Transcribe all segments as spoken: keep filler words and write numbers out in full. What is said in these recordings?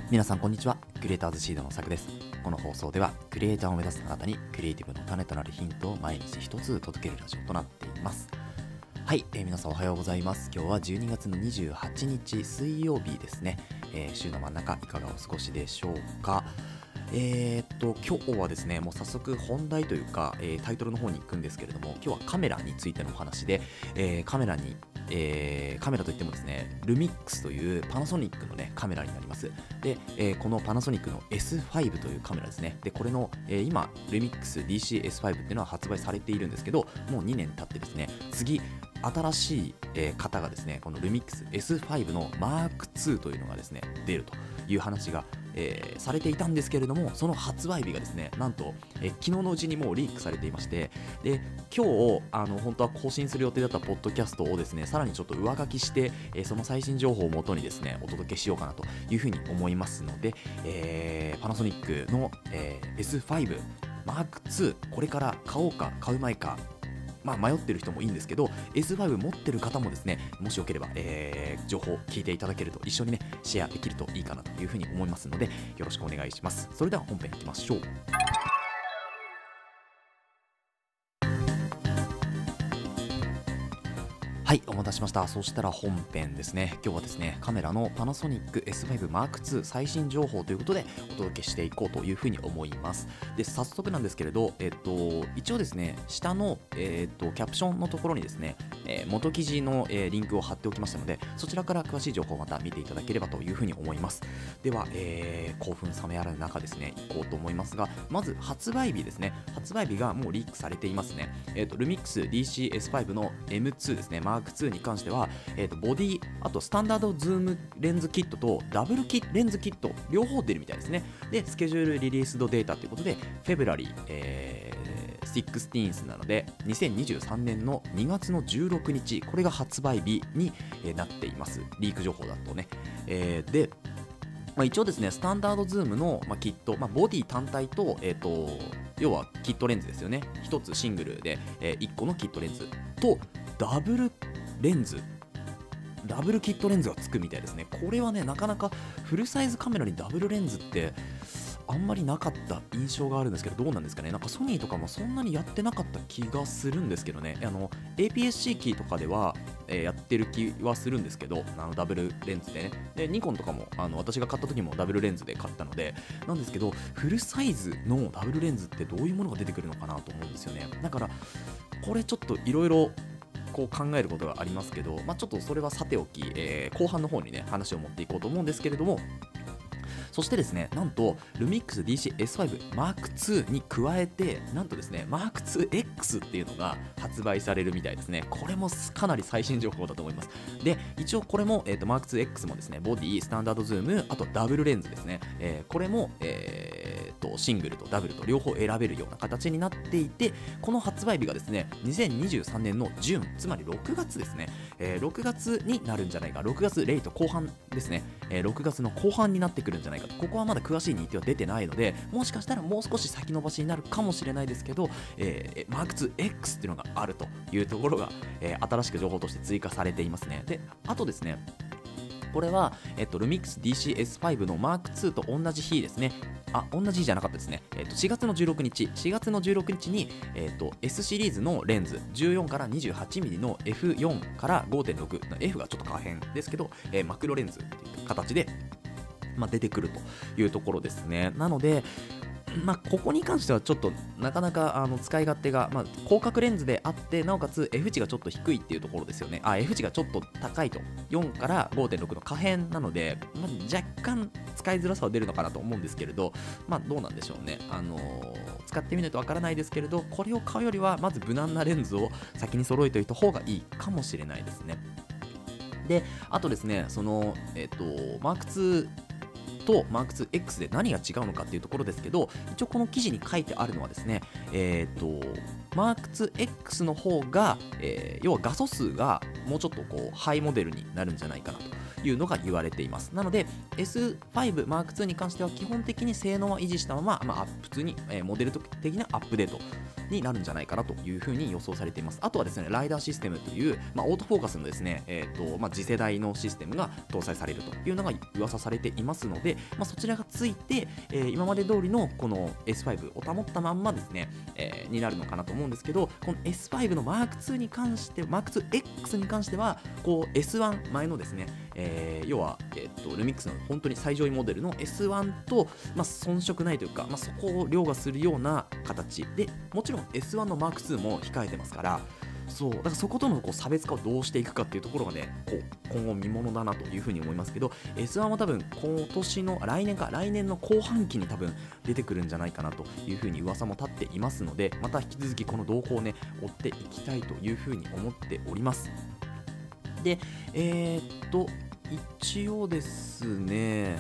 皆さんこんにちは。クリエイターズシードのさくです。この放送ではクリエイターを目指すあなたにクリエイティブの種となるヒントを毎日一つ届けるラジオとなっています。はい、えー、皆さんおはようございます。今日はじゅうにがつのにじゅうはちにち水曜日ですね、えー、週の真ん中いかがお過ごしでしょうか。えー、っと今日はですね、もう早速本題というか、えー、タイトルの方に行くんですけれども、今日はカメラについてのお話で、えー、カメラにえー、カメラといってもですね、ルミックスというパナソニックのねカメラになります。で、えー、このパナソニックの エスファイブ というカメラですね。で、これの、えー、今ルミックス ディーシーエスファイブ っていうのは発売されているんですけど、もうにねん経ってですね、次新しい、えー、方がですね、このルミックス エスファイブ のマークツーというのがですね出るという話がえー、されていたんですけれども、その発売日がですね、なんと、えー、昨日のうちにもうリークされていまして、で今日あの本当は更新する予定だったポッドキャストをですね、さらにちょっと上書きして、えー、その最新情報をもとにですねお届けしようかなというふうに思いますので、えー、パナソニックの、えー、エスファイブ マークツー、これから買おうか買うまいか、まあ、迷ってる人もいいんですけど、 エスファイブ 持ってる方もですね、もしよければ、えー、情報を聞いていただけると、一緒にねシェアできるといいかなというふうに思いますので、よろしくお願いします。それでは本編いきましょう。はい、お待たせしました。そしたら本編ですね。今日はですね、カメラのパナソニック エスファイブ マークツー 最新情報ということでお届けしていこうというふうに思います。で、早速なんですけれど、えっと、一応ですね、下の、えっと、キャプションのところにですね、えー、元記事の、えー、リンクを貼っておきましたので、そちらから詳しい情報をまた見ていただければというふうに思います。では、えー、興奮冷めやらぬ中ですね、いこうと思いますが、まず発売日ですね。発売日がもうリークされていますね。えっと、ルミックス ディーシーエスファイブ の エムツー ですね、マークツーに関しては、えー、とボディ、あとスタンダードズームレンズキットとダブルキレンズキット両方出るみたいですね。で、スケジュールリリースドデータということで、フェブラリー、えー、じゅうろくなのでにせんにじゅうさんねんのにがつのじゅうろくにち、これが発売日に、えー、なっています。リーク情報だとね。えー、で、まあ、一応ですね、スタンダードズームの、まあ、キット、まあ、ボディ単体と、えーと、要はキットレンズですよね。ひとつシングルで、えー、いっこのキットレンズとダブルレンズ、ダブルキットレンズがつくみたいですね。これはね、なかなかフルサイズカメラにダブルレンズってあんまりなかった印象があるんですけど、どうなんですかね。なんかソニーとかもそんなにやってなかった気がするんですけどね。あの エーピーエスシー キーとかでは、えー、やってる気はするんですけど、あのダブルレンズでね。で、ニコンとかもあの私が買った時もダブルレンズで買ったのでなんですけど、フルサイズのダブルレンズってどういうものが出てくるのかなと思うんですよね。だからこれちょっといろいろこう考えることがありますけど、まあ、ちょっとそれはさておき、えー、後半の方にね話を持っていこうと思うんですけれども、そしてですね、なんとルミックス ディーシーエスファイブ マークツー に加えて、なんとですね マークツーエックス っていうのが発売されるみたいですね。これもかなり最新情報だと思います。で、一応これも、えー、と マークツーエックス もですね、ボディ、スタンダードズーム、あとダブルレンズですね、えー、これも、えー、とシングルとダブルと両方選べるような形になっていて、この発売日がですねにせんにじゅうさんねんのジューン、つまりろくがつですね、えー、ろくがつになるんじゃないか、ろくがつレイト後半ですね、えー、ろくがつの後半になってくるんじゃないかと。ここはまだ詳しい日程は出てないので、もしかしたらもう少し先延ばしになるかもしれないですけど、えー、マークツーエックス っていうのがあるというところが、えー、新しく情報として追加されていますね。で、あとですね、これは、えっと、ルミックス ディーシーエスファイブ のマークツーと同じ日ですね。あ、同じ日じゃなかったですね。えっと、しがつのじゅうろくにち、しがつのじゅうろくにちに、えっと、S シリーズのレンズ、じゅうよんから にじゅうはちミリ の エフよん から ごてんろく、F がちょっと可変ですけど、えー、マクロレンズという形で、まあ、出てくるというところですね。なので、まあ、ここに関してはちょっとなかなかあの使い勝手が、まあ、広角レンズであって、なおかつ F 値がちょっと低いっていうところですよね。あ、F 値がちょっと高いと、よんから ごてんろく の可変なので、まあ、若干使いづらさは出るのかなと思うんですけれど、まあどうなんでしょうね。あのー、使ってみないとわからないですけれど、これを買うよりはまず無難なレンズを先に揃えておいた方がいいかもしれないですね。で、あとですね、そのえっとマークツーと マークツーエックス で何が違うのかっていうところですけど、一応この記事に書いてあるのはですね、えっと マークツーエックス の方が、えー、要は画素数がもうちょっとこうハイモデルになるんじゃないかなというのが言われています。なので エスファイブマークツー に関しては基本的に性能は維持したまま、まあ、普通に、えー、モデル的なアップデートになるんじゃないかなというふうに予想されています。あとはですね、ライダーシステムという、まあ、オートフォーカスのですね、えーとまあ、次世代のシステムが搭載されるというのが噂されていますので、まあ、そちらがついて、えー、今まで通りのこの エスファイブ を保ったまんまですね、えー、になるのかなと思うんですけど、この エスファイブ の マークツー に関して、マークツーエックス に関しては、こう エスワン 前のですね、えー、要は、えー、とルミックスの本当に最上位モデルの エスワン と、まあ、遜色ないというか、まあ、そこを凌駕するような形で、もちろん エスワン の マークツー も控えてますから、そうだからそことのこう差別化をどうしていくかっていうところがね、こう今後見ものだなというふうに思いますけど、 エスワン は多分今年の来年か来年の後半期に多分出てくるんじゃないかなというふうに噂も立っていますので、また引き続きこの動向をね追っていきたいというふうに思っております。でえー、っと一応ですね、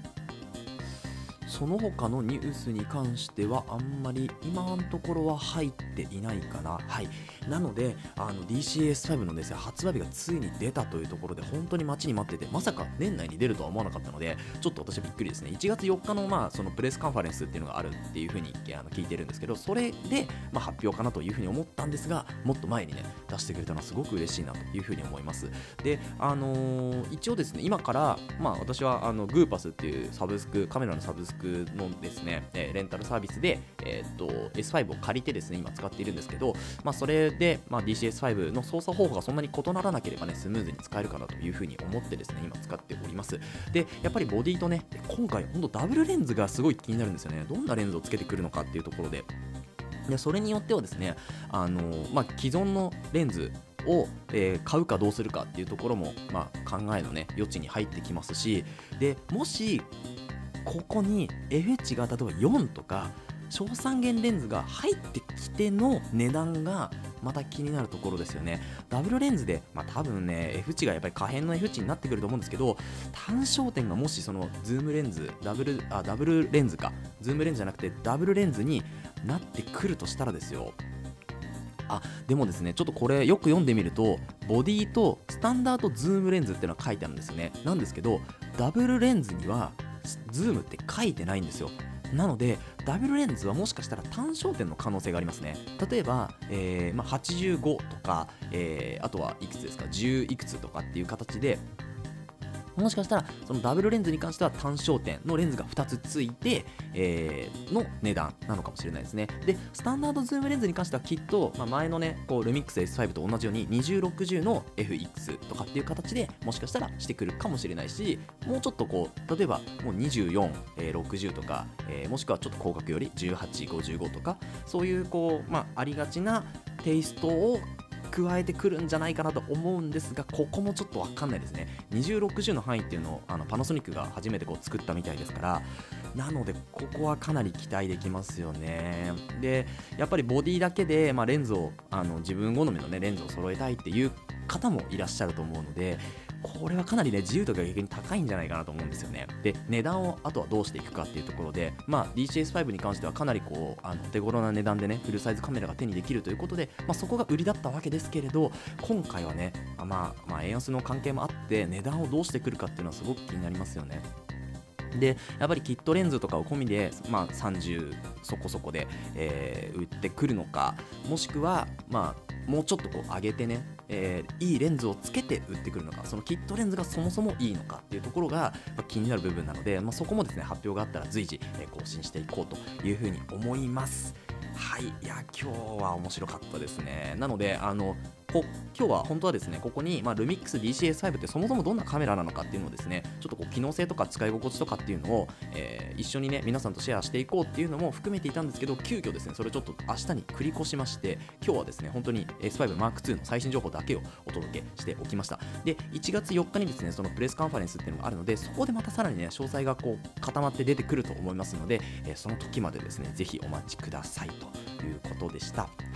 その他のニュースに関してはあんまり今のところは入っていないかな。はい。なので、あの ディーシーエスファイブ のですね、発売日がついに出たというところで、本当に待ちに待ってて、まさか年内に出るとは思わなかったので、ちょっと私はびっくりですね。いちがつよっかの、まあ、そのプレスカンファレンスっていうのがあるっていうふうにあの聞いてるんですけど、それで、まあ、発表かなというふうに思ったんですが、もっと前にね、出してくれたのはすごく嬉しいなというふうに思います。で、あのー、一応ですね、今から、まあ、私はあのグーパスっていうサブスク、カメラのサブスクのですね、えー、レンタルサービスで、えー、っと エスファイブ を借りてですね、今使っているんですけど、まあ、それで、まあ、ディーシーエスファイブ の操作方法がそんなに異ならなければね、スムーズに使えるかなというふうに思ってですね、今使っております。で、やっぱりボディとね、今回本当ダブルレンズがすごい気になるんですよね。どんなレンズをつけてくるのかっていうところで、でそれによってはですね、あのーまあ、既存のレンズを、えー買うかどうするかっていうところも、まあ、考えのね余地に入ってきますし、でもしここに F 値が例えばよんとか小三元レンズが入ってきての値段がまた気になるところですよね。ダブルレンズで、まあ、多分ね F 値がやっぱり可変の F 値になってくると思うんですけど、単焦点がもしそのズームレンズダブルあダブルレンズかズームレンズじゃなくてダブルレンズになってくるとしたらですよ、あでもですね、ちょっとこれよく読んでみると、ボディとスタンダードズームレンズっていうのが書いてあるんですよね。なんですけどダブルレンズにはズームって書いてないんですよ。なのでダブルレンズはもしかしたら単焦点の可能性がありますね。例えば、えーまあ、はちじゅうごとか、えー、あとはいくつですかじゅういくつとかっていう形で、もしかしたらそのダブルレンズに関しては単焦点のレンズがふたつついて、えー、の値段なのかもしれないですね。でスタンダードズームレンズに関してはきっと、まあ、前のねこうルミックス エスファイブ と同じようににじゅうろくじゅうの エフイーエックス とかっていう形でもしかしたらしてくるかもしれないし、もうちょっとこう例えばもうにじゅうよん、えー、ろくじゅうとか、えー、もしくはちょっと広角よりじゅうはち、ごじゅうごとか、そういうこう、まあ、ありがちなテイストを加えてくるんじゃないかなと思うんですが、ここもちょっと分かんないですね。にじゅうろくじゅうの範囲っていうのをあのパナソニックが初めてこう作ったみたいですから、なのでここはかなり期待できますよね。でやっぱりボディだけで、まあ、レンズをあの自分好みの、ね、レンズを揃えたいっていう方もいらっしゃると思うので、これはかなりね自由度が逆に高いんじゃないかなと思うんですよね。で値段をあとはどうしていくかっていうところで、まあ ディーシーエスファイブ に関してはかなりこうあの手頃な値段でねフルサイズカメラが手にできるということで、まあ、そこが売りだったわけですけれど、今回はねまあまあ円安の関係もあって値段をどうしてくるかっていうのはすごく気になりますよね。でやっぱりキットレンズとかを込みで、まあ、さんじゅうそこそこで、えー売ってくるのか、もしくは、まあ、もうちょっとこう上げてね、えーいいレンズをつけて売ってくるのか、そのキットレンズがそもそもいいのかっていうところが、まあ、気になる部分なので、まあ、そこもですね発表があったら随時、えー更新していこうというふうに思います。はい、いや今日は面白かったですね。なのであのこ今日は本当はですねここに、まあ、ルミックス ディーシーエスファイブ ってそもそもどんなカメラなのかっていうのをですねちょっとこう機能性とか使い心地とかっていうのを、えー一緒にね皆さんとシェアしていこうっていうのも含めていたんですけど、急遽ですねそれちょっと明日に繰り越しまして、今日はですね本当に エスファイブマークツー の最新情報だけをお届けしておきました。でいちがつよっかにですねそのプレスカンファレンスっていうのがあるので、そこでまたさらにね詳細がこう固まって出てくると思いますので、えーその時までですねぜひお待ちくださいということでした。はい、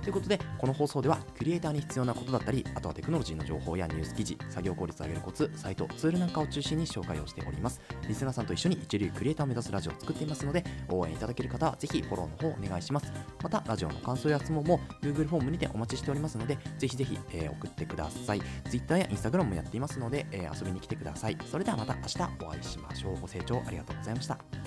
ということで、この放送ではクリエイターに必要なことだったり、あとはテクノロジーの情報やニュース記事、作業効率を上げるコツ、サイト、ツールなんかを中心に紹介をしております。リスナーさんと一緒に一流クリエイターを目指すラジオを作っていますので、応援いただける方はぜひフォローの方お願いします。また、ラジオの感想や質問も Google フォームにてお待ちしておりますので、ぜひぜひ、えー、送ってください。Twitter や Instagram もやっていますので、えー、遊びに来てください。それではまた明日お会いしましょう。ご清聴ありがとうございました。